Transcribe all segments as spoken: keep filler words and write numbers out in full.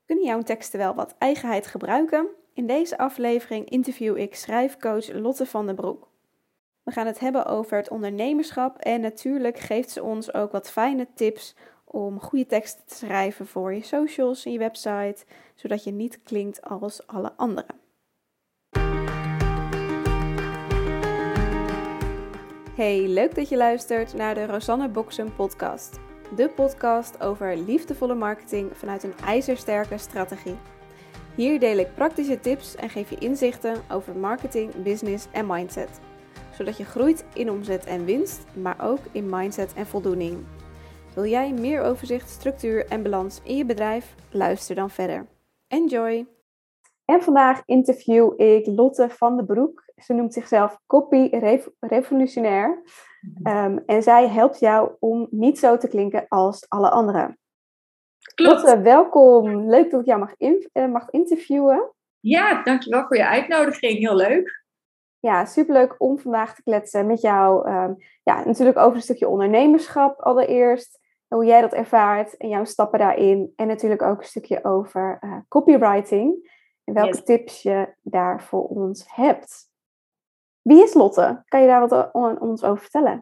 Kunnen jouw teksten wel wat eigenheid gebruiken? In deze aflevering interview ik schrijfcoach Lotte van den Broek. We gaan het hebben over het ondernemerschap en natuurlijk geeft ze ons ook wat fijne tips om goede teksten te schrijven voor je socials en je website, zodat je niet klinkt als alle anderen. Hey, leuk dat je luistert naar de Rosanne Boxen podcast. De podcast over liefdevolle marketing vanuit een ijzersterke strategie. Hier deel ik praktische tips en geef je inzichten over marketing, business en mindset. Zodat je groeit in omzet en winst, maar ook in mindset en voldoening. Wil jij meer overzicht, structuur en balans in je bedrijf? Luister dan verder. Enjoy! En vandaag interview ik Lotte van den Broek. Ze noemt zichzelf copy revolutionair. Um, en zij helpt jou om niet zo te klinken als alle anderen. Klopt. Lotte, welkom. Leuk dat ik jou mag, in, uh, mag interviewen. Ja, dankjewel voor je uitnodiging. Heel leuk. Ja, superleuk om vandaag te kletsen met jou. Um, ja, natuurlijk over een stukje ondernemerschap allereerst. Hoe jij dat ervaart en jouw stappen daarin. En natuurlijk ook een stukje over uh, copywriting. En welke yes. tips je daar voor ons hebt. Wie is Lotte? Kan je daar wat on- ons over vertellen?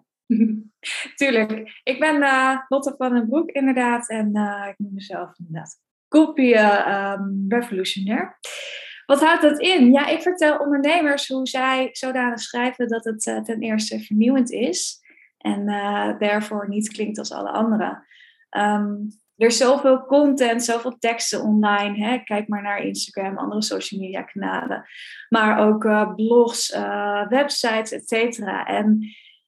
Tuurlijk. Ik ben uh, Lotte van den Broek inderdaad. En uh, ik noem mezelf inderdaad copy uh, um, revolutionair. Wat houdt dat in? Ja, ik vertel ondernemers hoe zij zodanig schrijven dat het uh, ten eerste vernieuwend is. En uh, daarvoor niet klinkt als alle anderen. Um, Er is zoveel content, zoveel teksten online. Hè? Kijk maar naar Instagram, andere social media kanalen. Maar ook uh, blogs, uh, websites, et cetera. En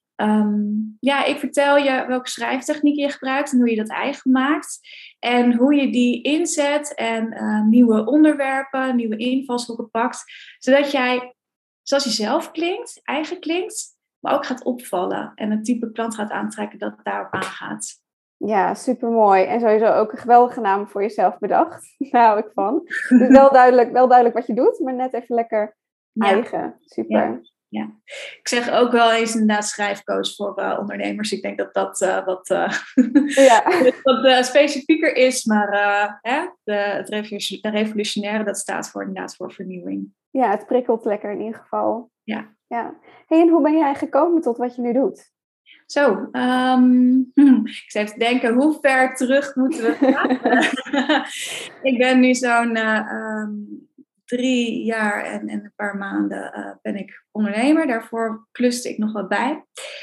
um, ja, ik vertel je welke schrijftechniek je gebruikt en hoe je dat eigen maakt. En hoe je die inzet en uh, nieuwe onderwerpen, nieuwe invalshoeken pakt. Zodat jij, zoals je zelf klinkt, eigen klinkt, maar ook gaat opvallen. En het type klant gaat aantrekken dat daarop aangaat. Ja, supermooi. En sowieso ook een geweldige naam voor jezelf bedacht. Daar hou ik van. Dus wel duidelijk, wel duidelijk wat je doet, maar net even lekker eigen. Ja. Super. Ja. Ja. Ik zeg ook wel eens inderdaad schrijfcoach voor uh, ondernemers. Ik denk dat dat uh, wat, uh, ja. wat uh, specifieker is. Maar uh, hè, de, het revolution, de revolutionaire, dat staat voor inderdaad voor vernieuwing. Ja, het prikkelt lekker in ieder geval. Ja. Ja. Hey, en hoe ben jij gekomen tot wat je nu doet? Zo, um, hm, ik zit even te denken, hoe ver terug moeten we gaan? Ik ben nu zo'n uh, um, drie jaar en, en een paar maanden uh, ben ik ondernemer. Daarvoor kluste ik nog wat bij.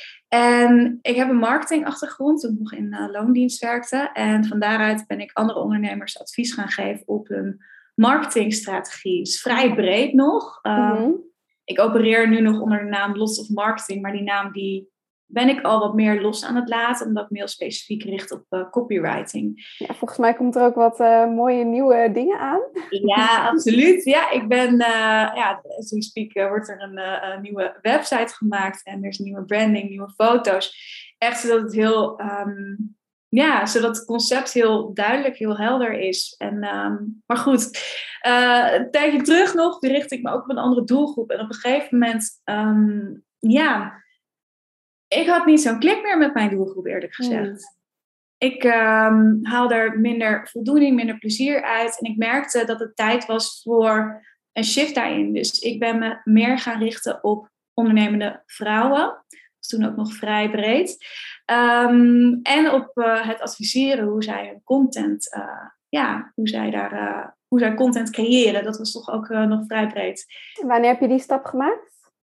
En ik heb een marketingachtergrond toen ik nog in uh, loondienst werkte. En van daaruit ben ik andere ondernemers advies gaan geven op hun marketingstrategie. Het is vrij breed nog. Um, mm-hmm. Ik opereer nu nog onder de naam Lots of Marketing, maar die naam die... ben ik al wat meer los aan het laten, omdat ik me heel specifiek richt op uh, copywriting. Ja, volgens mij komt er ook wat uh, mooie nieuwe dingen aan. Ja, absoluut. Ja, ik ben, uh, ja, as we speak, uh, wordt er een, uh, een nieuwe website gemaakt en er is nieuwe branding, nieuwe foto's. Echt zodat het heel, um, ja, zodat het concept heel duidelijk, heel helder is. En, um, maar goed, uh, een tijdje terug nog, richt ik me ook op een andere doelgroep. En op een gegeven moment, um, ja... ik had niet zo'n klik meer met mijn doelgroep, eerlijk gezegd. Hmm. Ik um, haal er minder voldoening, minder plezier uit. En ik merkte dat het tijd was voor een shift daarin. Dus ik ben me meer gaan richten op ondernemende vrouwen. Dat was toen ook nog vrij breed. Um, en op uh, het adviseren hoe zij hun content, uh, ja, hoe zij daar, uh, hoe zij content creëren. Dat was toch ook uh, nog vrij breed. Wanneer heb je die stap gemaakt?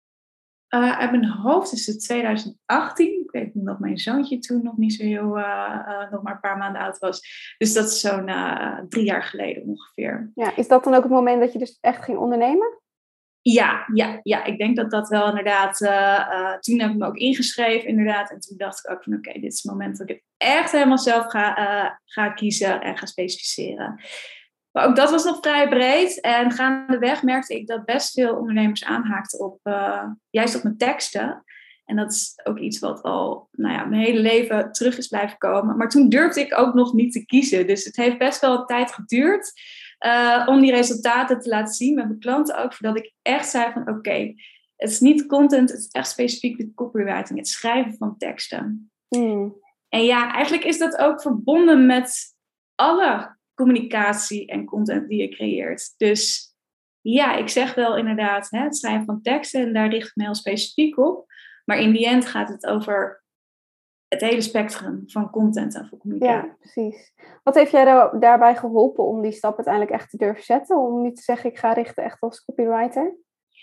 Uh, uit mijn hoofd is het twintig achttien. Ik weet nog dat mijn zoontje toen nog niet zo heel, uh, uh, nog maar een paar maanden oud was. Dus dat is zo'n uh, drie jaar geleden ongeveer. Ja, is dat dan ook het moment dat je dus echt ging ondernemen? Ja, ja, ja. Ik denk dat dat wel inderdaad... Uh, uh, toen heb ik me ook ingeschreven inderdaad. En toen dacht ik ook van oké, okay, dit is het moment dat ik het echt helemaal zelf ga, uh, ga kiezen en ga specificeren. Maar ook dat was nog vrij breed. En gaandeweg merkte ik dat best veel ondernemers aanhaakten op, uh, juist op mijn teksten. En dat is ook iets wat al nou ja, mijn hele leven terug is blijven komen. Maar toen durfde ik ook nog niet te kiezen. Dus het heeft best wel een tijd geduurd uh, om die resultaten te laten zien met mijn klanten ook. Voordat ik echt zei van oké, okay, het is niet content, het is echt specifiek de copywriting. Het schrijven van teksten. Mm. En ja, eigenlijk is dat ook verbonden met alle communicatie en content die je creëert. Dus ja, ik zeg wel inderdaad hè, het schrijven van teksten en daar richt ik me heel specifiek op. Maar in die end gaat het over het hele spectrum van content en van communicatie. Ja, precies. Wat heeft jij daar, daarbij geholpen om die stap uiteindelijk echt te durven zetten? Om niet te zeggen, ik ga richten echt als copywriter?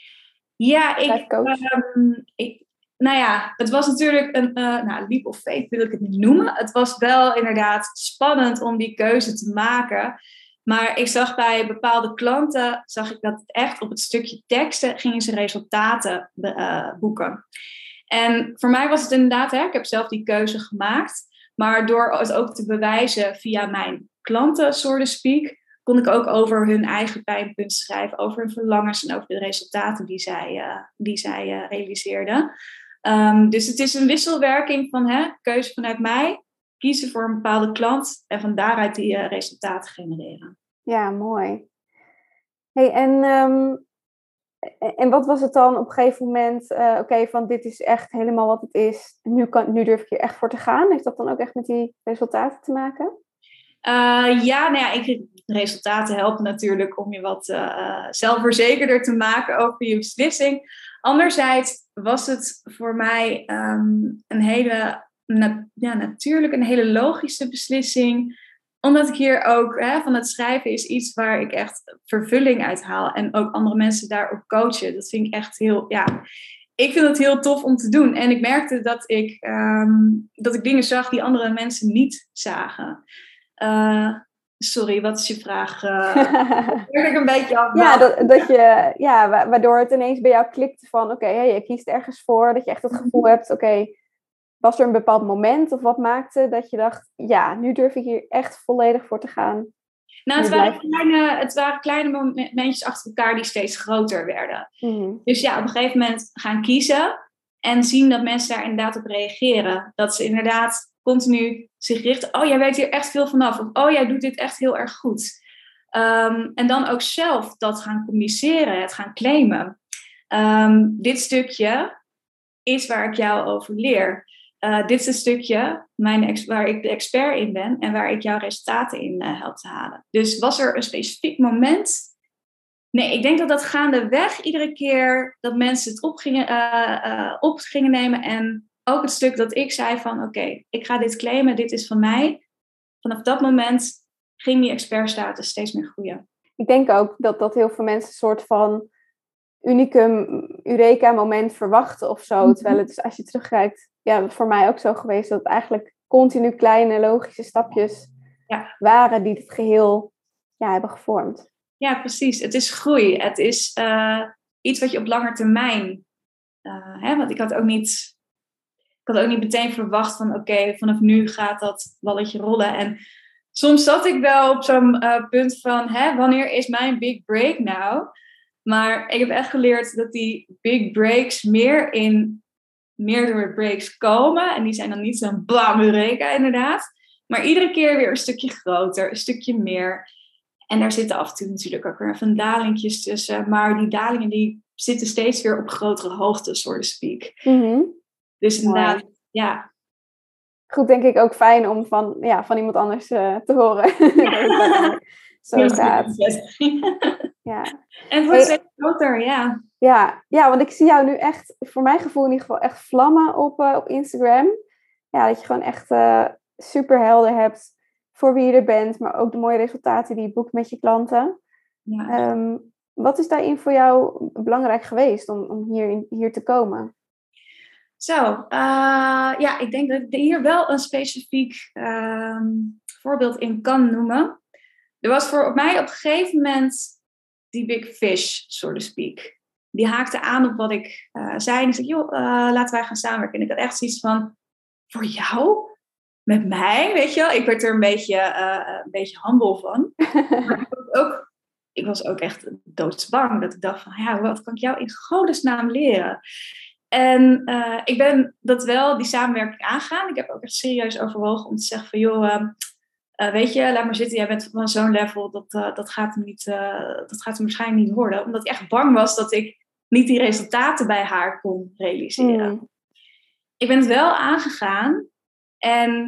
Ja, ik, um, ik, nou ja, het was natuurlijk een uh, nou, leap of faith wil ik het niet noemen. Het was wel inderdaad spannend om die keuze te maken. Maar ik zag bij bepaalde klanten, zag ik dat het echt op het stukje teksten gingen ze resultaten uh, boeken. En voor mij was het inderdaad, hè, ik heb zelf die keuze gemaakt. Maar door het ook te bewijzen via mijn klanten, so to speak, kon ik ook over hun eigen pijnpunt schrijven, over hun verlangens en over de resultaten die zij, uh, die zij uh, realiseerden. Um, dus het is een wisselwerking van hè, keuze vanuit mij, kiezen voor een bepaalde klant en van daaruit die uh, resultaten genereren. Ja, mooi. Hey, en, um, en wat was het dan op een gegeven moment, uh, oké, okay, van dit is echt helemaal wat het is, nu, kan, nu durf ik hier echt voor te gaan. Heeft dat dan ook echt met die resultaten te maken? Uh, ja, nou ja, ik, resultaten helpen natuurlijk om je wat uh, zelfverzekerder te maken over je beslissing. Anderzijds was het voor mij um, een hele na, ja, natuurlijk een hele logische beslissing. Omdat ik hier ook, hè, van het schrijven is iets waar ik echt vervulling uit haal. En ook andere mensen daarop coachen. Dat vind ik echt heel, ja, ik vind het heel tof om te doen. En ik merkte dat ik, um, dat ik dingen zag die andere mensen niet zagen. Uh, sorry, wat is je vraag? Uh, ik een beetje af. Ja, dat, dat je, ja, waardoor het ineens bij jou klikte van, oké, okay, hey, je kiest ergens voor. Dat je echt het gevoel hebt, oké, okay, was er een bepaald moment of wat maakte dat je dacht, ja, nu durf ik hier echt volledig voor te gaan? Nou, het waren, kleine, het waren kleine momentjes achter elkaar die steeds groter werden. Mm-hmm. Dus ja, op een gegeven moment gaan kiezen en zien dat mensen daar inderdaad op reageren. Dat ze inderdaad continu zich richten. Oh, jij weet hier echt veel vanaf. Of oh, jij doet dit echt heel erg goed. Um, en dan ook zelf dat gaan communiceren, het gaan claimen. Um, dit stukje is waar ik jou over leer. Uh, dit is een stukje mijn ex- waar ik de expert in ben en waar ik jouw resultaten in uh, help te halen. Dus was er een specifiek moment? Nee, ik denk dat dat gaandeweg iedere keer dat mensen het op gingen, uh, uh, op gingen nemen en ook het stuk dat ik zei van oké, okay, ik ga dit claimen, dit is van mij. Vanaf dat moment ging die expertstatus steeds meer groeien. Ik denk ook dat, dat heel veel mensen een soort van unicum, eureka moment verwachten of zo. Mm-hmm. Terwijl het dus als je terugkijkt, ja, voor mij ook zo geweest dat het eigenlijk continu kleine logische stapjes ja. waren die het geheel ja, hebben gevormd. Ja, precies. Het is groei. Het is uh, iets wat je op lange termijn... Uh, hè, want ik had ook niet... Ik had ook niet meteen verwacht van... Oké, okay, vanaf nu gaat dat balletje rollen. En soms zat ik wel op zo'n uh, punt van... Hè, wanneer is mijn big break nou? Maar ik heb echt geleerd dat die big breaks meer in... meerdere breaks komen. En die zijn dan niet zo'n bam, eureka inderdaad. Maar iedere keer weer een stukje groter. Een stukje meer... En daar zitten af en toe natuurlijk ook weer van dalingjes tussen. Maar die dalingen die zitten steeds weer op grotere hoogte, so to speak. Mm-hmm. Dus inderdaad, wow. Ja. Goed, denk ik ook fijn om van, ja, van iemand anders uh, te horen. Ja. Zo gaat. Ja. En voor steeds groter, ja. ja. Ja, want ik zie jou nu echt, voor mijn gevoel in ieder geval, echt vlammen op, uh, op Instagram. Ja, dat je gewoon echt uh, super helder hebt voor wie je er bent, maar ook de mooie resultaten die je boekt met je klanten. Ja. Um, wat is daarin voor jou belangrijk geweest om, om hier, hier te komen? Zo, uh, ja, ik denk dat ik hier wel een specifiek um, voorbeeld in kan noemen. Er was voor mij op een gegeven moment die big fish, so to speak. Die haakte aan op wat ik uh, zei. En ik zei, joh, uh, laten wij gaan samenwerken. En ik had echt zoiets van, voor jou? Met mij, weet je wel. Ik werd er een beetje, uh, een beetje humble van. Maar ik was, ook, ik was ook echt doodsbang. Dat ik dacht van, ja, wat kan ik jou in godesnaam leren? En uh, ik ben dat wel, die samenwerking aangegaan. Ik heb ook echt serieus overwogen om te zeggen van, joh, uh, uh, weet je, laat maar zitten. Jij bent van zo'n level, dat, uh, dat, gaat hem niet, uh, dat gaat hem waarschijnlijk niet worden. Omdat ik echt bang was dat ik niet die resultaten bij haar kon realiseren. Mm. Ik ben het wel aangegaan. En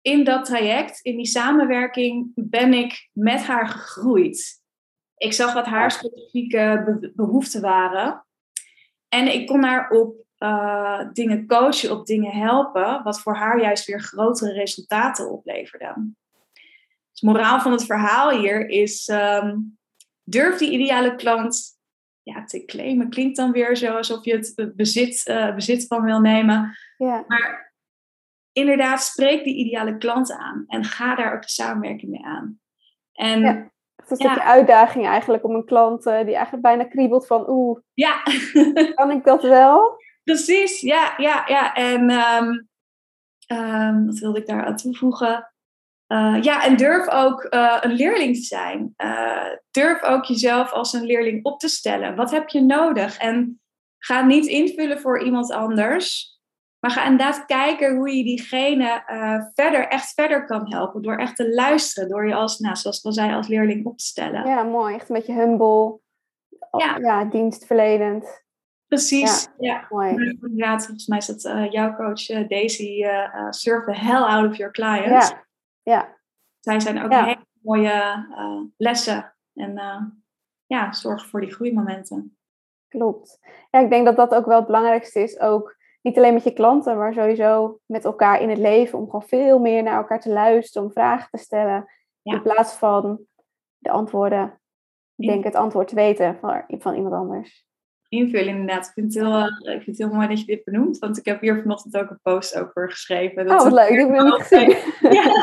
in dat traject, in die samenwerking, ben ik met haar gegroeid. Ik zag wat haar specifieke be- behoeften waren. En ik kon haar op uh, dingen coachen, op dingen helpen, wat voor haar juist weer grotere resultaten opleverde. Dus moraal van het verhaal hier is, um, durf die ideale klant ja, te claimen. Klinkt dan weer zo alsof je het bezit, uh, bezit van wil nemen. Ja. Maar inderdaad, spreek die ideale klant aan en ga daar ook de samenwerking mee aan. En ja. Het is een ja. stukje uitdaging eigenlijk om een klant uh, die eigenlijk bijna kriebelt van oeh, ja. kan ik dat wel? Precies, ja, ja, ja. En um, um, wat wilde ik daar aan toevoegen? Uh, ja, en durf ook uh, een leerling te zijn. Uh, durf ook jezelf als een leerling op te stellen. Wat heb je nodig? En ga niet invullen voor iemand anders. Maar ga inderdaad kijken hoe je diegene uh, verder, echt verder kan helpen. Door echt te luisteren. Door je als, nou, zoals ik al zei, als leerling op te stellen. Ja, mooi. Echt een beetje humble. Ja, ja dienstverlenend. Precies. Ja, ja. Mooi. Inderdaad, volgens mij is dat uh, jouw coach uh, Daisy. Uh, uh, serve the hell out of your clients. Ja. ja. Zij zijn ook ja. hele mooie uh, lessen. En uh, ja, zorgen voor die groeimomenten. Klopt. Ja, ik denk dat dat ook wel het belangrijkste is. Ook niet alleen met je klanten, maar sowieso met elkaar in het leven. Om gewoon veel meer naar elkaar te luisteren. Om vragen te stellen. Ja. In plaats van de antwoorden. Ik denk het antwoord te weten van, van iemand anders. Invullen inderdaad. Ik vind, het heel, uh, ik vind het heel mooi dat je dit benoemt. Want ik heb hier vanochtend ook een post over geschreven. Dat oh, wat leuk. Ik heb het niet gezien. Ja.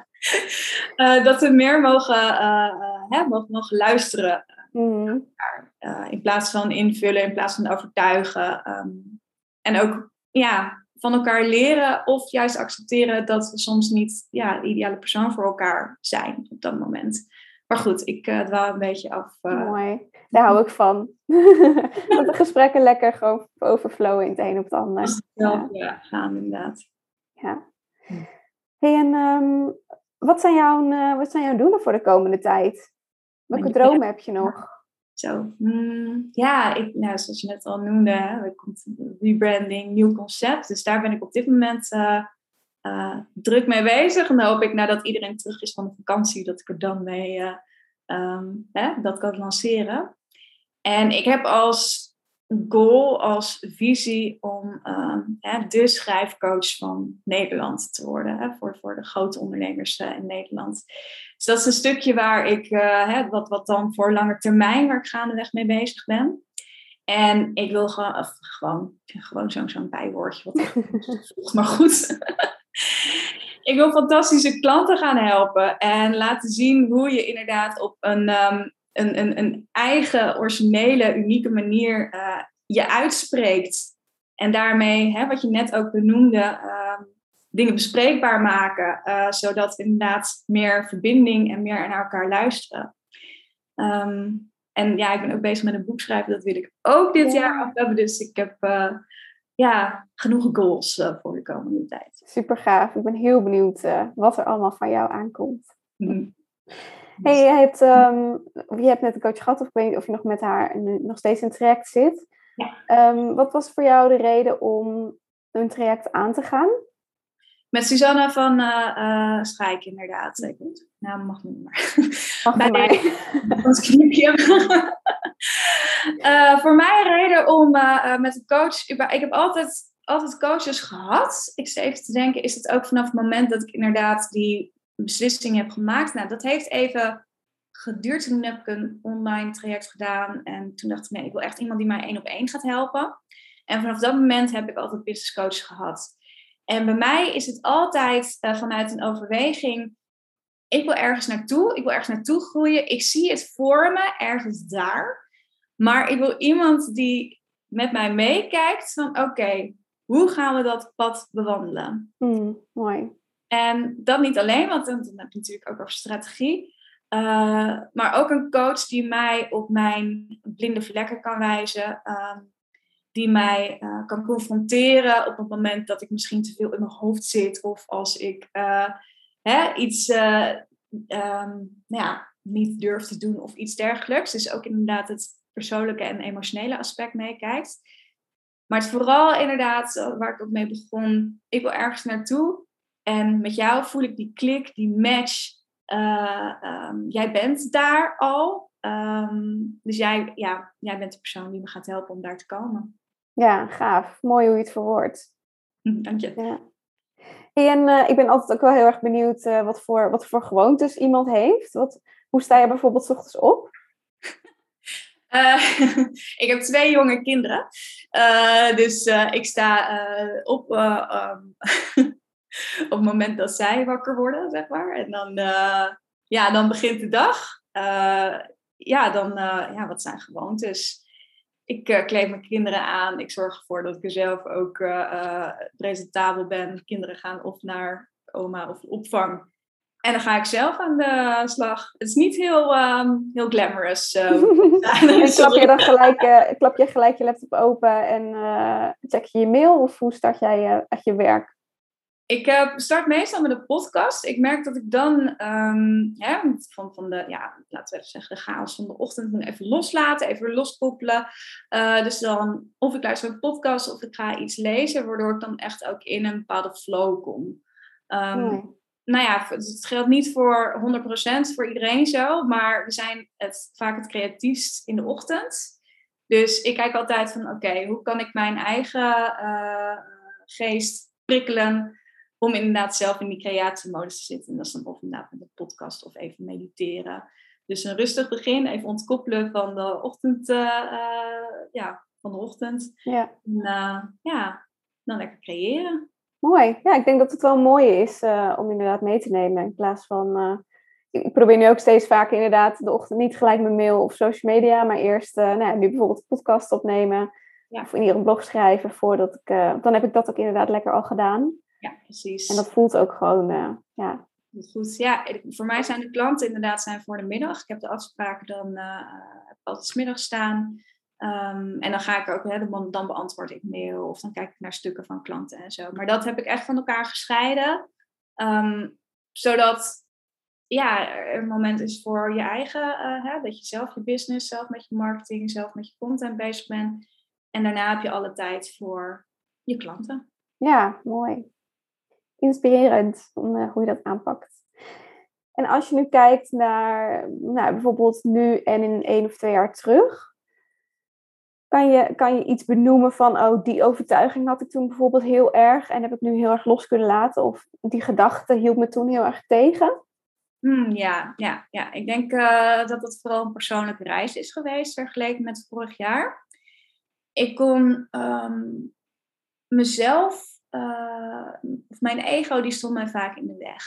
uh, dat we meer mogen, uh, uh, hè, mogen, mogen luisteren. Mm-hmm. Uh, in plaats van invullen, in plaats van overtuigen. Um, en ook ja, van elkaar leren of juist accepteren dat we soms niet ja, de ideale persoon voor elkaar zijn op dat moment. Maar goed, ik uh, dwaal een beetje af. Uh... Mooi, daar hou ik van. Dat de gesprekken lekker gewoon overflowen in het een op het ander. Als het zelf ja. Ja, gaan inderdaad. Ja. Hey, en um, wat, zijn jouw, uh, wat zijn jouw doelen voor de komende tijd? Welke dromen heb je nog? Zo, mm, ja, ik, nou, zoals je net al noemde, hè, er komt rebranding, nieuw concept. Dus daar ben ik op dit moment uh, uh, druk mee bezig. En dan hoop ik nadat iedereen terug is van de vakantie, dat ik er dan mee uh, um, hè, dat kan lanceren. En ik heb als goal, als visie om um, hè, de schrijfcoach van Nederland te worden. Hè, voor, voor de grote ondernemers uh, in Nederland. Dus dat is een stukje waar ik, uh, hè, wat, wat dan voor lange termijn, waar ik gaandeweg mee bezig ben. En ik wil gewoon, of, gewoon, gewoon zo'n, zo'n bijwoordje. Wat maar goed. Ik wil fantastische klanten gaan helpen. En laten zien hoe je inderdaad op een, um, een, een, een eigen, originele, unieke manier uh, je uitspreekt. En daarmee, hè, wat je net ook benoemde, uh, dingen bespreekbaar maken. Uh, zodat we inderdaad meer verbinding en meer naar elkaar luisteren. Um, en ja, ik ben ook bezig met een boek schrijven. Dat wil ik ook dit ja. jaar af hebben. Dus ik heb uh, ja, genoeg goals uh, voor de komende tijd. Super gaaf. Ik ben heel benieuwd uh, wat er allemaal van jou aankomt. Mm. Hey, je hebt, um, je hebt net een coach gehad. Of ik weet niet of je nog met haar nu nog steeds in traject zit. Ja. Um, wat was voor jou de reden om een traject aan te gaan? Met Susanna van uh, uh, Schijk, inderdaad. Ik moet, nou, mag niet maar. Mag voor mij. Ons knipje. uh, voor mij een reden om uh, uh, met een coach... Ik heb altijd, altijd coaches gehad. Ik zit even te denken, is het ook vanaf het moment dat ik inderdaad die beslissing heb gemaakt? Nou, dat heeft even geduurd. Toen heb ik een online traject gedaan. En toen dacht ik, nee, ik wil echt iemand die mij één op één gaat helpen. En vanaf dat moment heb ik altijd business coach gehad. En bij mij is het altijd uh, vanuit een overweging... Ik wil ergens naartoe, ik wil ergens naartoe groeien. Ik zie het voor me, ergens daar. Maar ik wil iemand die met mij meekijkt van... Oké, okay, hoe gaan we dat pad bewandelen? Mm, mooi. En dat niet alleen, want dan, dan heb je natuurlijk ook over strategie. Uh, maar ook een coach die mij op mijn blinde vlekken kan wijzen... Uh, die mij uh, kan confronteren op het moment dat ik misschien te veel in mijn hoofd zit. Of als ik uh, hè, iets uh, um, nou ja, niet durf te doen of iets dergelijks. Dus ook inderdaad het persoonlijke en emotionele aspect meekijkt. Maar het vooral inderdaad, waar ik ook mee begon. Ik wil ergens naartoe. En met jou voel ik die klik, die match. Uh, um, jij bent daar al. Um, dus jij, ja, jij bent de persoon die me gaat helpen om daar te komen. Ja, gaaf. Mooi hoe je het verwoordt. Dank je. Ja. En uh, ik ben altijd ook wel heel erg benieuwd uh, wat, voor, wat voor gewoontes iemand heeft. Wat, hoe sta je bijvoorbeeld 's ochtends op? Uh, ik heb twee jonge kinderen. Uh, dus uh, ik sta uh, op uh, um, op het moment dat zij wakker worden, zeg maar. En dan, uh, ja, dan begint de dag. Uh, ja, dan, uh, ja, wat zijn gewoontes? Ik uh, kleed mijn kinderen aan. Ik zorg ervoor dat ik er zelf ook uh, uh, presentabel ben. Kinderen gaan of naar oma of opvang. En dan ga ik zelf aan de slag. Het is niet heel, um, heel glamorous. Uh, en klap je dan gelijk, uh, klap je gelijk je laptop open en uh, check je je mail? Of hoe start jij uh, echt je werk? Ik uh, start meestal met een podcast. Ik merk dat ik dan um, ja, van, van de, ja, laten we even zeggen, de chaos van de ochtend even loslaten, even loskoppelen. Uh, dus dan, of ik luister een podcast of ik ga iets lezen, waardoor ik dan echt ook in een bepaalde flow kom. Um, nee. Nou ja, het geldt niet voor honderd procent voor iedereen zo, maar we zijn het, vaak het creatiefst in de ochtend. Dus ik kijk altijd van, oké, okay, hoe kan ik mijn eigen uh, geest prikkelen om inderdaad zelf in die creatiemodus te zitten. En dat is dan of inderdaad met een podcast of even mediteren. Dus een rustig begin, even ontkoppelen van de ochtend, uh, uh, ja, van de ochtend. Ja. En uh, ja, dan lekker creëren. Mooi. Ja, ik denk dat het wel mooi is uh, om inderdaad mee te nemen. In plaats van... Uh, ik probeer nu ook steeds vaker inderdaad de ochtend niet gelijk mijn mail of social media, maar eerst uh, nou ja, nu bijvoorbeeld een podcast opnemen. Ja. Of in ieder een blog schrijven voordat ik... Uh, dan heb ik dat ook inderdaad lekker al gedaan. Ja, precies. En dat voelt ook gewoon... Uh, ja. Goed. Ja, voor mij zijn de klanten inderdaad zijn voor de middag. Ik heb de afspraken dan uh, altijd 's middags staan. Um, en dan ga ik ook, hè, dan, dan beantwoord ik mail of dan kijk ik naar stukken van klanten en zo. Maar dat heb ik echt van elkaar gescheiden. Um, zodat ja, er een moment is voor je eigen, uh, hè, dat je zelf je business, zelf met je marketing, zelf met je content bezig bent. En daarna heb je alle tijd voor je klanten. Ja, mooi. Inspirerend om, uh, hoe je dat aanpakt. En als je nu kijkt naar nou, bijvoorbeeld nu en in één of twee jaar terug. Kan je, kan je iets benoemen van, oh, die overtuiging had ik toen bijvoorbeeld heel erg en heb ik nu heel erg los kunnen laten? Of die gedachte hield me toen heel erg tegen? Hmm, ja, ja, ja, ik denk uh, dat het vooral een persoonlijke reis is geweest vergeleken met vorig jaar. Ik kon um, mezelf, uh, of mijn ego, die stond mij vaak in de weg.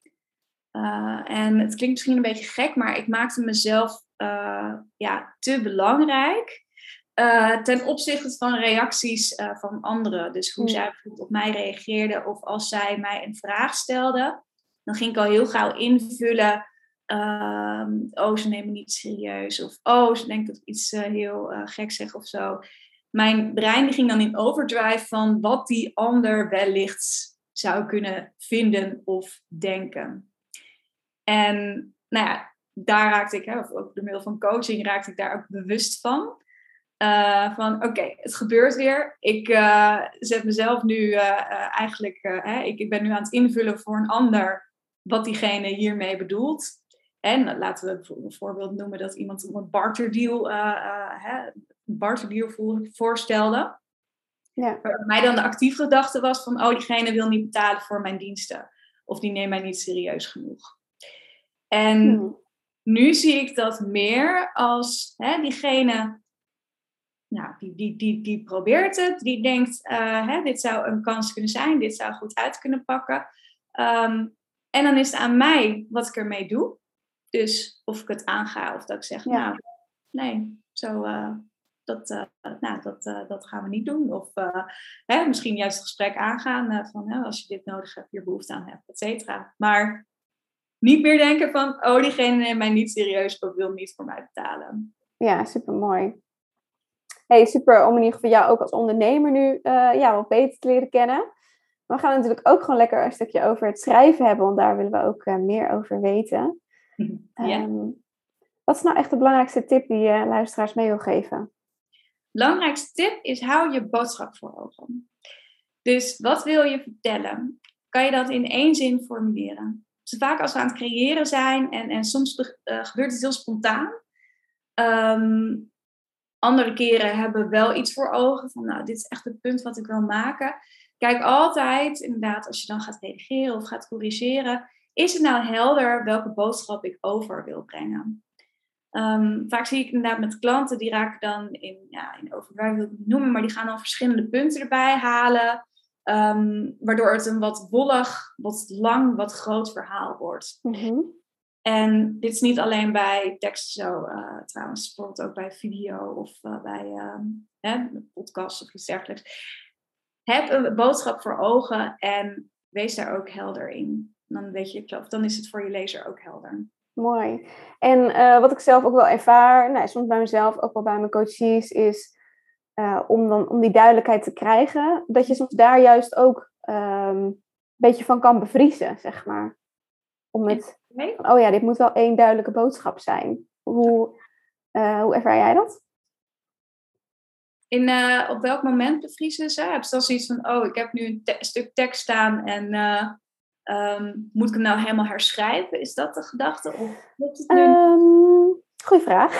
Uh, en het klinkt misschien een beetje gek, maar ik maakte mezelf uh, ja, te belangrijk. Uh, ten opzichte van reacties uh, van anderen. Dus hoe mm. zij bijvoorbeeld op mij reageerden. Of als zij mij een vraag stelden. Dan ging ik al heel gauw invullen. Uh, oh, ze nemen me niet serieus. Of oh, ze denkt dat ik iets uh, heel uh, gek zeg of zo. Mijn brein ging dan in overdrive van wat die ander wellicht zou kunnen vinden of denken. En nou ja, daar raakte ik, hè, of ook door middel van coaching, raakte ik daar ook bewust van. Uh, van oké, okay, het gebeurt weer. Ik uh, zet mezelf nu uh, uh, eigenlijk... Uh, hè, ik, ik ben nu aan het invullen voor een ander wat diegene hiermee bedoelt. En laten we bijvoorbeeld een voorbeeld noemen dat iemand een barterdeal, uh, uh, hè, een barterdeal voorstelde. Ja. Waar mij dan de actieve gedachte was van oh, diegene wil niet betalen voor mijn diensten. Of die neemt mij niet serieus genoeg. En hmm. nu zie ik dat meer als hè, diegene... Nou, die, die, die, die probeert het. Die denkt, uh, hè, dit zou een kans kunnen zijn. Dit zou goed uit kunnen pakken. Um, en dan is het aan mij wat ik ermee doe. Dus of ik het aanga of dat ik zeg, ja. nou, nee, zo, uh, dat, uh, nou, dat, uh, dat gaan we niet doen. Of uh, hè, misschien juist het gesprek aangaan uh, van hè, als je dit nodig hebt, hier behoefte aan hebt, et cetera. Maar niet meer denken van, oh, diegene neemt mij niet serieus of wil niet voor mij betalen. Ja, supermooi. Hey, super om in ieder geval jou ook als ondernemer nu uh, ja, wat beter te leren kennen. Maar we gaan natuurlijk ook gewoon lekker een stukje over het schrijven hebben, want daar willen we ook uh, meer over weten. Ja. Um, wat is nou echt de belangrijkste tip die je luisteraars mee wil geven? Belangrijkste tip is hou je boodschap voor ogen. Dus wat wil je vertellen? kan je dat in één zin formuleren. Dus vaak als we aan het creëren zijn en, en soms uh, gebeurt het heel spontaan. Um, andere keren hebben we wel iets voor ogen van nou, dit is echt het punt wat ik wil maken. Kijk altijd, inderdaad, als je dan gaat redigeren of gaat corrigeren, is het nou helder welke boodschap ik over wil brengen? Um, vaak zie ik inderdaad met klanten, die raken dan in, ja, in overweg wil ik het niet noemen, maar die gaan dan verschillende punten erbij halen, um, waardoor het een wat wollig, wat lang, wat groot verhaal wordt. Mm-hmm. En dit is niet alleen bij tekst zo, uh, trouwens, bijvoorbeeld ook bij video of uh, bij um, hè, podcast of iets dergelijks. Heb een boodschap voor ogen en wees daar ook helder in. Dan weet je, of dan is het voor je lezer ook helder. Mooi. En uh, wat ik zelf ook wel ervaar, nou, soms bij mezelf, ook wel bij mijn coaches, is uh, om, dan, om die duidelijkheid te krijgen, dat je soms daar juist ook um, een beetje van kan bevriezen, zeg maar. Om het, van, oh ja, dit moet wel één duidelijke boodschap zijn. Hoe, uh, hoe ervaar jij dat? In, uh, op welk moment bevriezen ze? Hebben ze dan zoiets van, oh, ik heb nu een te- stuk tekst staan en uh, um, moet ik hem nou helemaal herschrijven? Is dat de gedachte? Of klopt het nu? Um, goeie vraag.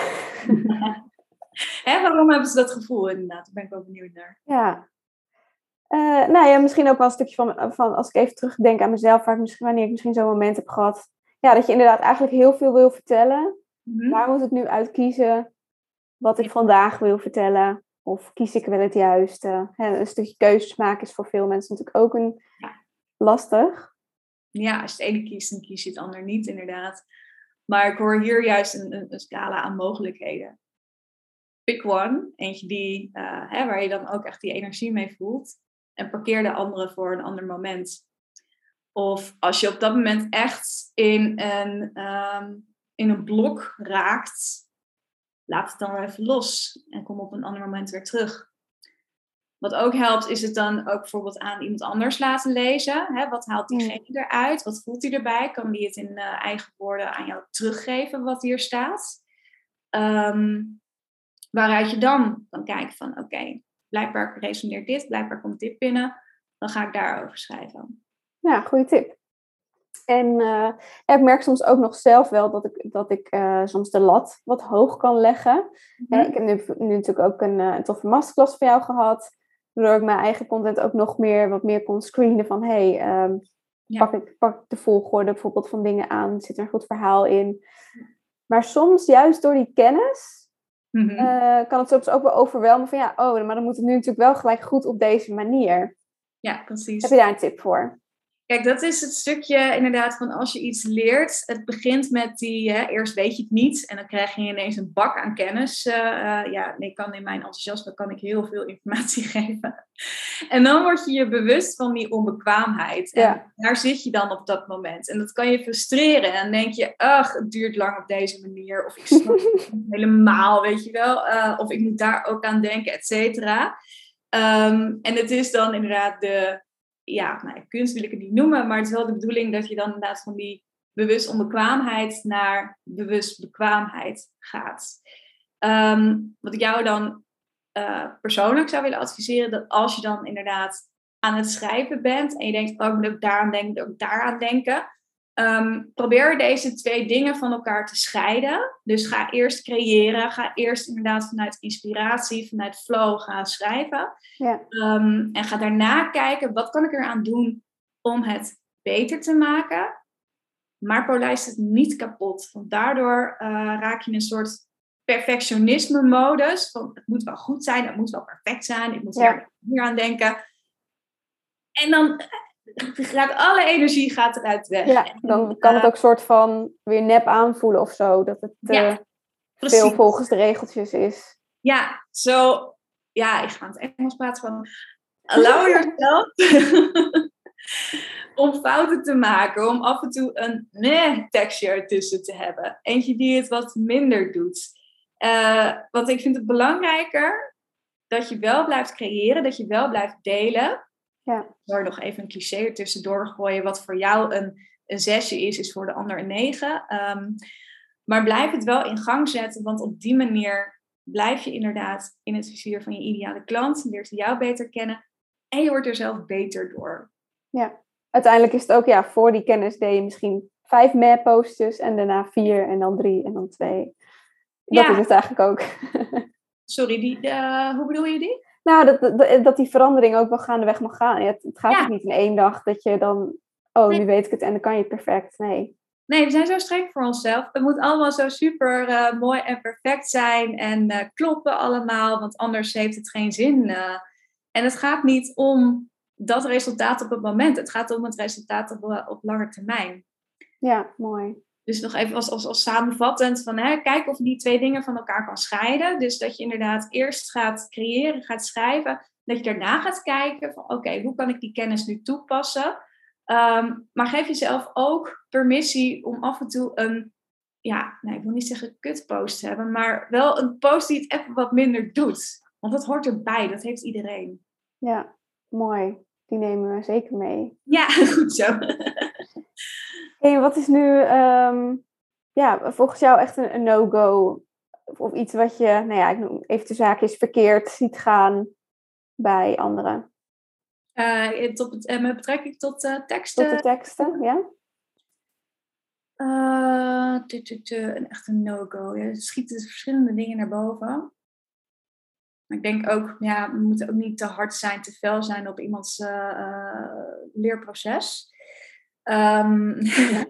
Hè, waarom hebben ze dat gevoel inderdaad? Daar ben ik wel benieuwd naar. Ja. Uh, nou ja, misschien ook wel een stukje van, van, als ik even terugdenk aan mezelf, waar ik misschien, wanneer ik misschien zo'n moment heb gehad. Ja, dat je inderdaad eigenlijk heel veel wil vertellen. Mm-hmm. Waar moet ik nu uitkiezen wat ik vandaag wil vertellen? Of kies ik wel het juiste? Hè, een stukje keuzes maken is voor veel mensen natuurlijk ook een ja. lastig. Ja, als je het ene kiest, dan kies je het ander niet, inderdaad. Maar ik hoor hier juist een, een, een scala aan mogelijkheden. Pick one, eentje die, uh, hè, waar je dan ook echt die energie mee voelt. En parkeer de andere voor een ander moment. Of als je op dat moment echt in een, um, in een blok raakt, laat het dan weer even los. En kom op een ander moment weer terug. Wat ook helpt, is het dan ook bijvoorbeeld aan iemand anders laten lezen. Hè? Wat haalt diegene mm. eruit? Wat voelt hij erbij? Kan die het in uh, eigen woorden aan jou teruggeven wat hier staat? Um, waaruit je dan kan kijken van, oké, okay, blijkbaar resoneert dit, blijkbaar komt dit binnen. Dan ga ik daarover schrijven. Ja, goede tip. En uh, ja, ik merk soms ook nog zelf wel dat ik, dat ik uh, soms de lat wat hoog kan leggen. Mm-hmm. Ik heb nu, nu natuurlijk ook een, uh, een toffe masterclass van jou gehad. Waardoor ik mijn eigen content ook nog meer wat meer kon screenen van hé, hey, um, ja. pak, ik, pak ik de volgorde bijvoorbeeld van dingen aan, zit er een goed verhaal in. Maar soms juist door die kennis mm-hmm. uh, kan het soms ook wel overweldigen van ja, oh, maar dan moet het nu natuurlijk wel gelijk goed op deze manier. Ja, precies. Heb je daar een tip voor? Kijk, dat is het stukje inderdaad van als je iets leert. Het begint met die, hè, eerst weet je het niet. En dan krijg je ineens een bak aan kennis. Uh, uh, ja, ik kan in mijn enthousiasme kan ik heel veel informatie geven. En dan word je je bewust van die onbekwaamheid. En ja. daar zit je dan op dat moment. En dat kan je frustreren. En dan denk je, ach, het duurt lang op deze manier. Of ik snap het niet helemaal, weet je wel. Uh, of ik moet daar ook aan denken, et cetera. Um, en het is dan inderdaad de... Ja, nou, kunst wil ik het niet noemen, maar het is wel de bedoeling dat je dan inderdaad van die bewust onbekwaamheid naar bewust bekwaamheid gaat. Um, wat ik jou dan uh, persoonlijk zou willen adviseren, dat als je dan inderdaad aan het schrijven bent en je denkt, oh, ik moet ook daaraan denken, ook daaraan denken, um, probeer deze twee dingen van elkaar te scheiden. Dus ga eerst creëren, ga eerst inderdaad vanuit inspiratie, vanuit flow gaan schrijven. Ja. Um, en ga daarna kijken, wat kan ik eraan doen om het beter te maken? Maar polijst het niet kapot. Want daardoor uh, raak je in een soort perfectionisme-modus. Van, het moet wel goed zijn, het moet wel perfect zijn, ik moet ja. hier, hier aan denken. En dan gaat alle energie gaat eruit weg. Ja, dan kan het ook soort van weer nep aanvoelen of zo. Dat het uh, ja, veel volgens de regeltjes is. Ja, zo... Ja, ik ga in het Engels praten van... Allow yourself om fouten te maken. Om af en toe een nee tekstje ertussen te hebben. Eentje die het wat minder doet. Uh, want ik vind het belangrijker dat je wel blijft creëren. Dat je wel blijft delen. Ja. Door nog even een cliché ertussendoor gooien. Wat voor jou een, een zesje is, is voor de ander een negen. Um, maar blijf het wel in gang zetten. Want op die manier... blijf je inderdaad in het vizier van je ideale klant. Leert hij jou beter kennen. En je wordt er zelf beter door. Ja, uiteindelijk is het ook, ja, voor die kennis deed je misschien vijf meh-postjes en daarna vier en dan drie en dan twee. Dat Ja. is het eigenlijk ook. Sorry, die, uh, hoe bedoel je die? Nou, dat, dat, dat die verandering ook wel gaandeweg mag gaan. Het, het gaat Ja. ook niet in één dag dat je dan, oh, Nee. nu weet ik het en dan kan je het perfect. Nee. Nee, we zijn zo streng voor onszelf. Het moet allemaal zo super uh, mooi en perfect zijn en uh, kloppen allemaal, want anders heeft het geen zin. Uh, en het gaat niet om dat resultaat op het moment. Het gaat om het resultaat op, uh, op lange termijn. Ja, mooi. Dus nog even als, als, als samenvattend van hè, kijk of je die twee dingen van elkaar kan scheiden. Dus dat je inderdaad eerst gaat creëren, gaat schrijven. Dat je daarna gaat kijken van oké, okay, hoe kan ik die kennis nu toepassen? Um, maar geef jezelf ook permissie om af en toe een, ja, nee, ik wil niet zeggen kutpost te hebben, maar wel een post die het even wat minder doet. Want dat hoort erbij, dat heeft iedereen. Ja, mooi. Die nemen we zeker mee. Ja, goed zo. Hey, wat is nu um, ja, volgens jou echt een, een no-go? Of, of iets wat je, nou ja, ik noem even de zaakjes verkeerd ziet gaan bij anderen? Uh, tot, uh, met betrekking tot uh, teksten? Tot de teksten, ja. Uh, tu, tu, tu, een echt een no-go. Er schieten dus verschillende dingen naar boven. Maar ik denk ook, ja, we moeten ook niet te hard zijn, te fel zijn op iemands uh, uh, leerproces. Um, ja.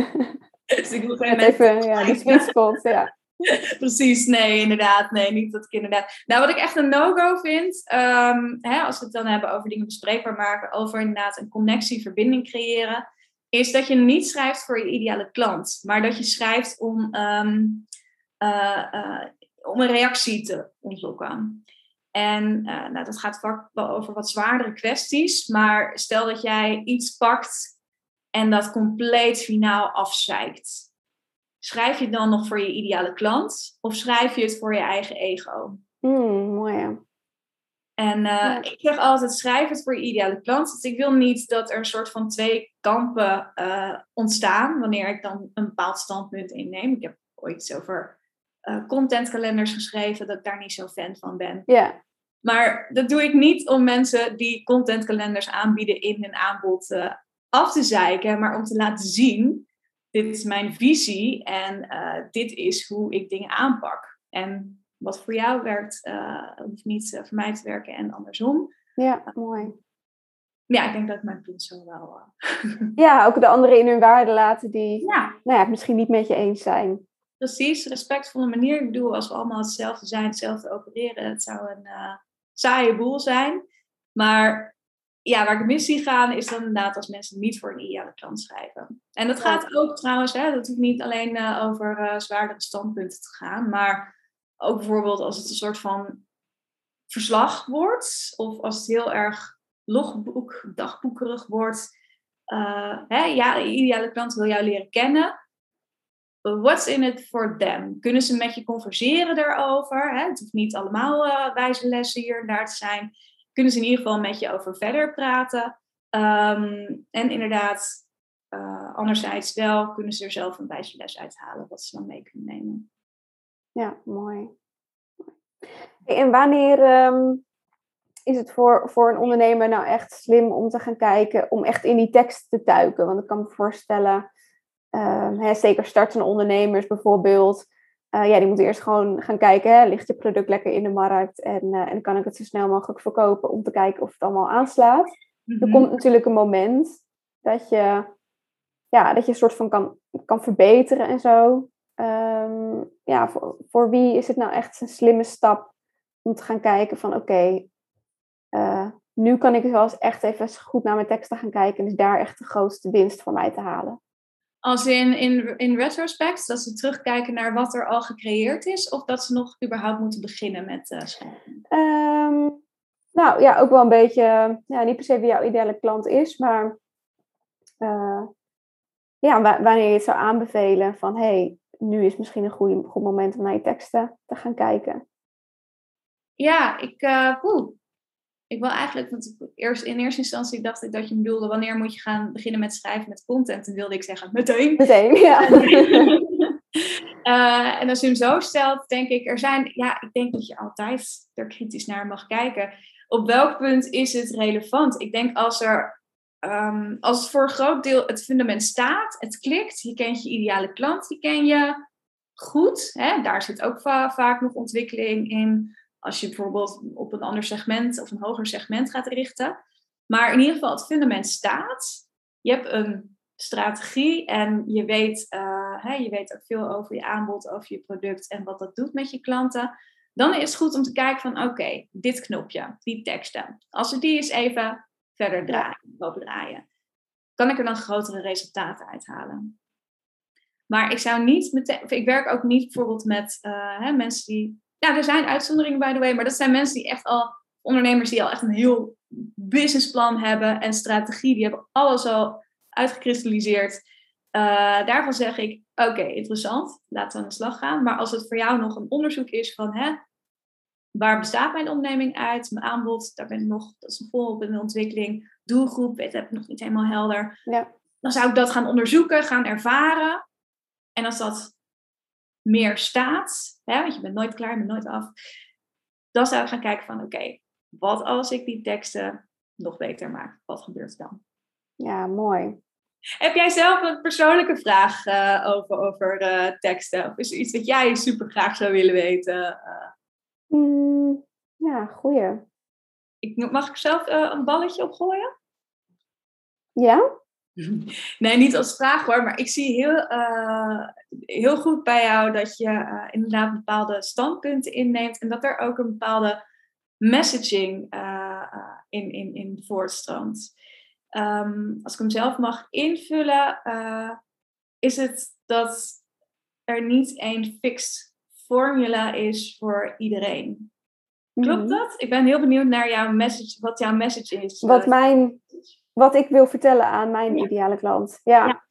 Dus ik moet even, even ja, die sweet spot, ja. Precies, nee, inderdaad. Nee, niet dat ik inderdaad... Nou, wat ik echt een no-go vind, um, hè, als we het dan hebben over dingen bespreekbaar maken, over inderdaad een connectie, verbinding creëren, is dat je niet schrijft voor je ideale klant, maar dat je schrijft om, um, uh, uh, om een reactie te ontlokken. En uh, nou, dat gaat vaak wel over wat zwaardere kwesties, maar stel dat jij iets pakt en dat compleet finaal afzeikt. Schrijf je het dan nog voor je ideale klant? Of schrijf je het voor je eigen ego? Mm, mooi, ja. En uh, ja. ik zeg altijd, schrijf het voor je ideale klant. Dus ik wil niet dat er een soort van twee kampen uh, ontstaan. Wanneer ik dan een bepaald standpunt inneem. Ik heb ooit iets over uh, contentkalenders geschreven. Dat ik daar niet zo fan van ben. Yeah. Maar dat doe ik niet om mensen die contentkalenders aanbieden in hun aanbod uh, af te zeiken. Maar om te laten zien... Dit is mijn visie en uh, dit is hoe ik dingen aanpak. En wat voor jou werkt, uh, hoeft niet uh, voor mij te werken en andersom. Ja, mooi. Ja, ik denk dat ik mijn punt zo wel... Uh... Ja, ook de anderen in hun waarde laten die ja. Nou ja, misschien niet met je eens zijn. Precies, respectvolle manier. Ik bedoel, als we allemaal hetzelfde zijn, hetzelfde opereren, het zou een uh, saaie boel zijn. Maar... Ja, waar ik mis zie gaan is dan inderdaad als mensen niet voor een ideale klant schrijven. En dat gaat ook trouwens, hè, dat hoeft niet alleen uh, over uh, zwaardere standpunten te gaan. Maar ook bijvoorbeeld als het een soort van verslag wordt. Of als het heel erg logboek, dagboekerig wordt. Uh, hè, ja, de ideale klant wil jou leren kennen. What's in it for them? Kunnen ze met je converseren daarover? Hè? Het hoeft niet allemaal uh, wijze lessen hier en daar te zijn. Kunnen ze in ieder geval met je over verder praten. Um, en inderdaad, uh, anderzijds wel, kunnen ze er zelf een wijze les uithalen. Wat ze dan mee kunnen nemen. Ja, mooi. En wanneer um, is het voor, voor een ondernemer nou echt slim om te gaan kijken, om echt in die tekst te duiken? Want ik kan me voorstellen, um, hè, zeker startende ondernemers bijvoorbeeld, Uh, ja, die moeten eerst gewoon gaan kijken, hè, ligt je product lekker in de markt en, uh, en kan ik het zo snel mogelijk verkopen om te kijken of het allemaal aanslaat. Mm-hmm. Er komt natuurlijk een moment dat je, ja, dat je een soort van kan, kan verbeteren en zo. Um, ja, voor, voor wie is het nou echt een slimme stap om te gaan kijken van oké, okay, uh, nu kan ik wel eens echt even goed naar mijn teksten gaan kijken en is daar echt de grootste winst voor mij te halen. Als in, in, in retrospect, dat ze terugkijken naar wat er al gecreëerd is, of dat ze nog überhaupt moeten beginnen met uh, schrijven? Um, nou ja, ook wel een beetje, ja, niet per se wie jouw ideale klant is, maar uh, ja, wa- wanneer je het zou aanbevelen van hé, hey, nu is misschien een goede, goed moment om naar je teksten te gaan kijken. Ja, ik, uh, oeh, ik wil eigenlijk, want ik eerst, in eerste instantie dacht ik dat je bedoelde, wanneer moet je gaan beginnen met schrijven met content? En wilde ik zeggen, meteen. Meteen, ja. uh, en als je hem zo stelt, denk ik, er zijn, ja, ik denk dat je altijd er kritisch naar mag kijken. Op welk punt is het relevant? Ik denk als er um, als het voor een groot deel het fundament staat, het klikt, je kent je ideale klant, die ken je goed. Hè? Daar zit ook va- vaak nog ontwikkeling in. Als je bijvoorbeeld op een ander segment of een hoger segment gaat richten. Maar in ieder geval, het fundament staat. Je hebt een strategie en je weet, uh, hè, je weet ook veel over je aanbod, over je product en wat dat doet met je klanten. Dan is het goed om te kijken van, oké, okay, dit knopje, die teksten. Als we die eens even verder draaien, open draaien, kan ik er dan grotere resultaten uithalen. Maar ik zou niet meteen, ik werk ook niet bijvoorbeeld met uh, hè, mensen die, ja, er zijn uitzonderingen by the way, maar dat zijn mensen die echt al, ondernemers die al echt een heel businessplan hebben en strategie, die hebben alles al uitgekristalliseerd. Uh, daarvan zeg ik, oké, okay, interessant, laten we aan de slag gaan. Maar als het voor jou nog een onderzoek is van, hè, waar bestaat mijn onderneming uit, mijn aanbod, daar ben ik nog, dat is volop in de ontwikkeling, doelgroep, dat heb ik nog niet helemaal helder. Ja. Dan zou ik dat gaan onderzoeken, gaan ervaren. En als dat meer staat, hè, want je bent nooit klaar, je bent nooit af, dan zou ik gaan kijken van, oké, okay, wat als ik die teksten nog beter maak? Wat gebeurt er dan? Ja, mooi. Heb jij zelf een persoonlijke vraag uh, over, over uh, teksten? Of is er iets wat jij super graag zou willen weten? Uh, mm, ja, goeie. Ik, mag ik zelf uh, een balletje opgooien? Ja? Nee, niet als vraag hoor, maar ik zie heel, uh, heel goed bij jou dat je uh, inderdaad bepaalde standpunten inneemt en dat er ook een bepaalde messaging uh, uh, in, in, in voortstroomt. Um, als ik hem zelf mag invullen, uh, is het dat er niet één fixed formula is voor iedereen. Klopt Mm-hmm. dat? Ik ben heel benieuwd naar jouw message, wat jouw message is. Wat, mijn, wat ik wil vertellen aan mijn ja. ideale klant. Ja.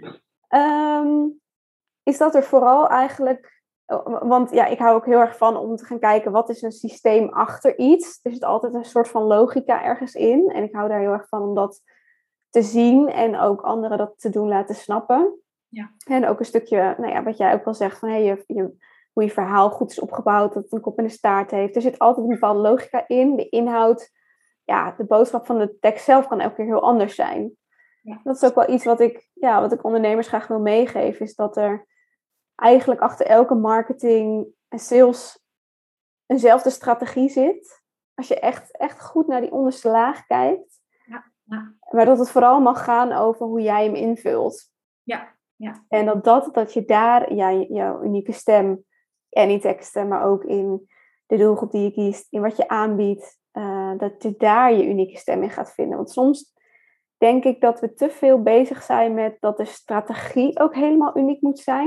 ja. Um, is dat er vooral eigenlijk... Want ja, ik hou ook heel erg van om te gaan kijken wat is een systeem achter iets. Er zit altijd een soort van logica ergens in. En ik hou daar heel erg van om dat te zien en ook anderen dat te doen laten snappen. Ja. En ook een stukje, nou ja, wat jij ook wel zegt, van hey, je, je, hoe je verhaal goed is opgebouwd, dat het een kop en een staart heeft. Er zit altijd een bepaalde logica in. De inhoud, ja, de boodschap van de tekst zelf kan elke keer heel anders zijn. Ja. Dat is ook wel iets wat ik, ja, wat ik ondernemers graag wil meegeven, is dat er eigenlijk achter elke marketing en sales eenzelfde strategie zit. Als je echt, echt goed naar die onderste laag kijkt. Ja, ja. Maar dat het vooral mag gaan over hoe jij hem invult. Ja, ja. En dat, dat, dat je daar ja, jouw unieke stem en in teksten, maar ook in de doelgroep die je kiest, in wat je aanbiedt, uh, dat je daar je unieke stem in gaat vinden. Want soms denk ik dat we te veel bezig zijn met dat de strategie ook helemaal uniek moet zijn.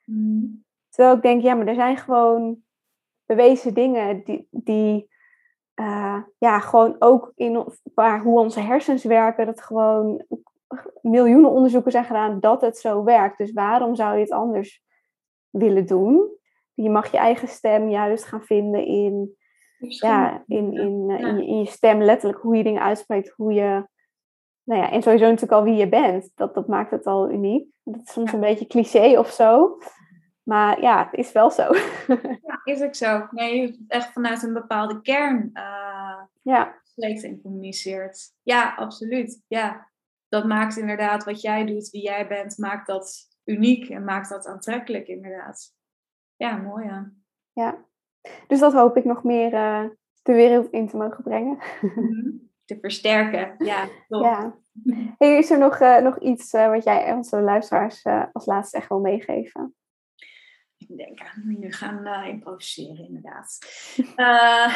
Mm. Terwijl ik denk, ja, maar er zijn gewoon bewezen dingen die, die uh, ja, gewoon ook in waar, hoe onze hersens werken, dat gewoon miljoenen onderzoeken zijn gedaan dat het zo werkt. Dus waarom zou je het anders willen doen? Je mag je eigen stem juist gaan vinden in, ja, in, in, uh, in, je, in je stem, letterlijk hoe je dingen uitspreekt, hoe je, nou ja, en sowieso natuurlijk al wie je bent. Dat, dat maakt het al uniek. Dat is soms een beetje cliché of zo. Maar ja, het is wel zo. Ja, is ook zo. Nee, je hebt echt vanuit een bepaalde kern uh, ja. spreekt en communiceert. Ja, absoluut. Ja. Dat maakt inderdaad wat jij doet, wie jij bent, maakt dat uniek en maakt dat aantrekkelijk inderdaad. Ja, mooi ja. Ja, dus dat hoop ik nog meer uh, de wereld in te mogen brengen. Mm-hmm. Te versterken, ja. Top. Ja. Hey, is er nog, uh, nog iets uh, wat jij onze luisteraars uh, als laatste echt wil meegeven? Ik denk, nu gaan uh, improviseren inderdaad. uh,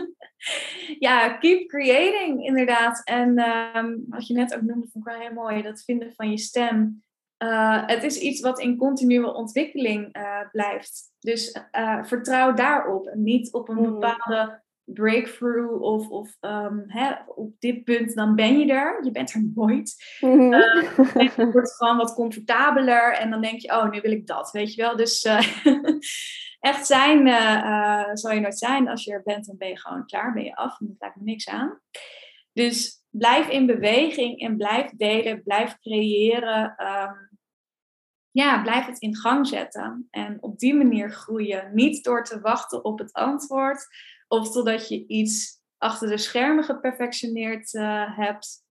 ja, keep creating inderdaad. En um, wat je net ook noemde, vond ik wel heel mooi. Dat vinden van je stem. Uh, het is iets wat in continue ontwikkeling uh, blijft. Dus uh, vertrouw daarop. En niet op een bepaalde breakthrough of, of um, hè, op dit punt, dan ben je er. Je bent er nooit. Mm-hmm. Uh, je wordt gewoon wat comfortabeler en dan denk je, oh, nu wil ik dat, weet je wel. Dus uh, echt zijn uh, uh, zal je nooit zijn. Als je er bent, dan ben je gewoon klaar, ben je af. En dat lijkt me niks aan. Dus blijf in beweging en blijf delen, blijf creëren. Um, ja, blijf het in gang zetten. En op die manier groeien. Niet door te wachten op het antwoord of totdat je iets achter de schermen geperfectioneerd uh, hebt.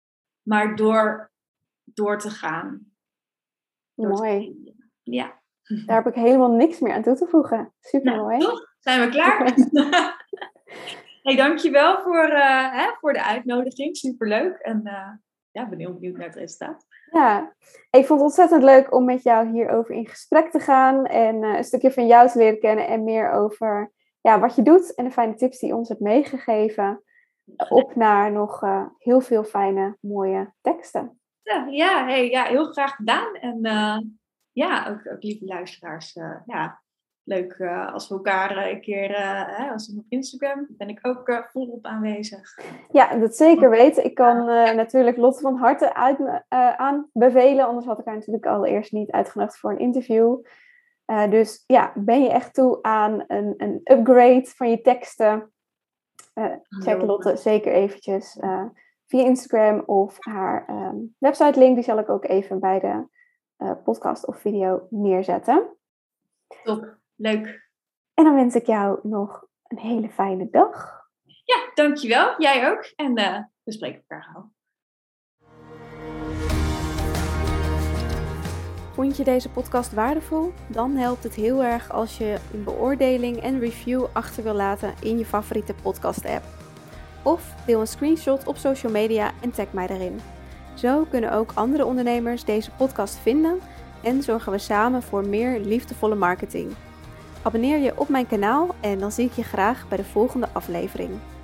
maar door, door te gaan. Door Mooi. te ja. Daar heb ik helemaal niks meer aan toe te voegen. Super Nou, mooi. toch? Zijn we klaar? Hey, dankjewel voor, uh, hè, voor de uitnodiging. Superleuk. En uh, ja, ben heel benieuwd naar het resultaat. Ja, ik vond het ontzettend leuk om met jou hierover in gesprek te gaan. En uh, een stukje van jou te leren kennen. En meer over ja, wat je doet. En de fijne tips die je ons hebt meegegeven. Op naar nog uh, heel veel fijne, mooie teksten. Ja, ja, hey, ja heel graag gedaan. En uh, ja, ook, ook lieve luisteraars. Uh, ja, leuk uh, als we elkaar uh, een keer, uh, hè, als we op Instagram, ben ik ook uh, volop aanwezig. Ja, dat zeker weten. Ik kan uh, natuurlijk Lotte van harte uit, uh, aanbevelen. Anders had ik haar natuurlijk allereerst niet uitgenodigd voor een interview. Uh, dus ja, ben je echt toe aan een, een upgrade van je teksten? Uh, check Lotte zeker eventjes uh, via Instagram of haar um, website link. Die zal ik ook even bij de uh, podcast of video neerzetten. Top, leuk. En dan wens ik jou nog een hele fijne dag. Ja, dankjewel. Jij ook. En uh, we spreken elkaar gauw. Vond je deze podcast waardevol? Dan helpt het heel erg als je een beoordeling en review achter wil laten in je favoriete podcast app. Of deel een screenshot op social media en tag mij erin. Zo kunnen ook andere ondernemers deze podcast vinden en zorgen we samen voor meer liefdevolle marketing. Abonneer je op mijn kanaal en dan zie ik je graag bij de volgende aflevering.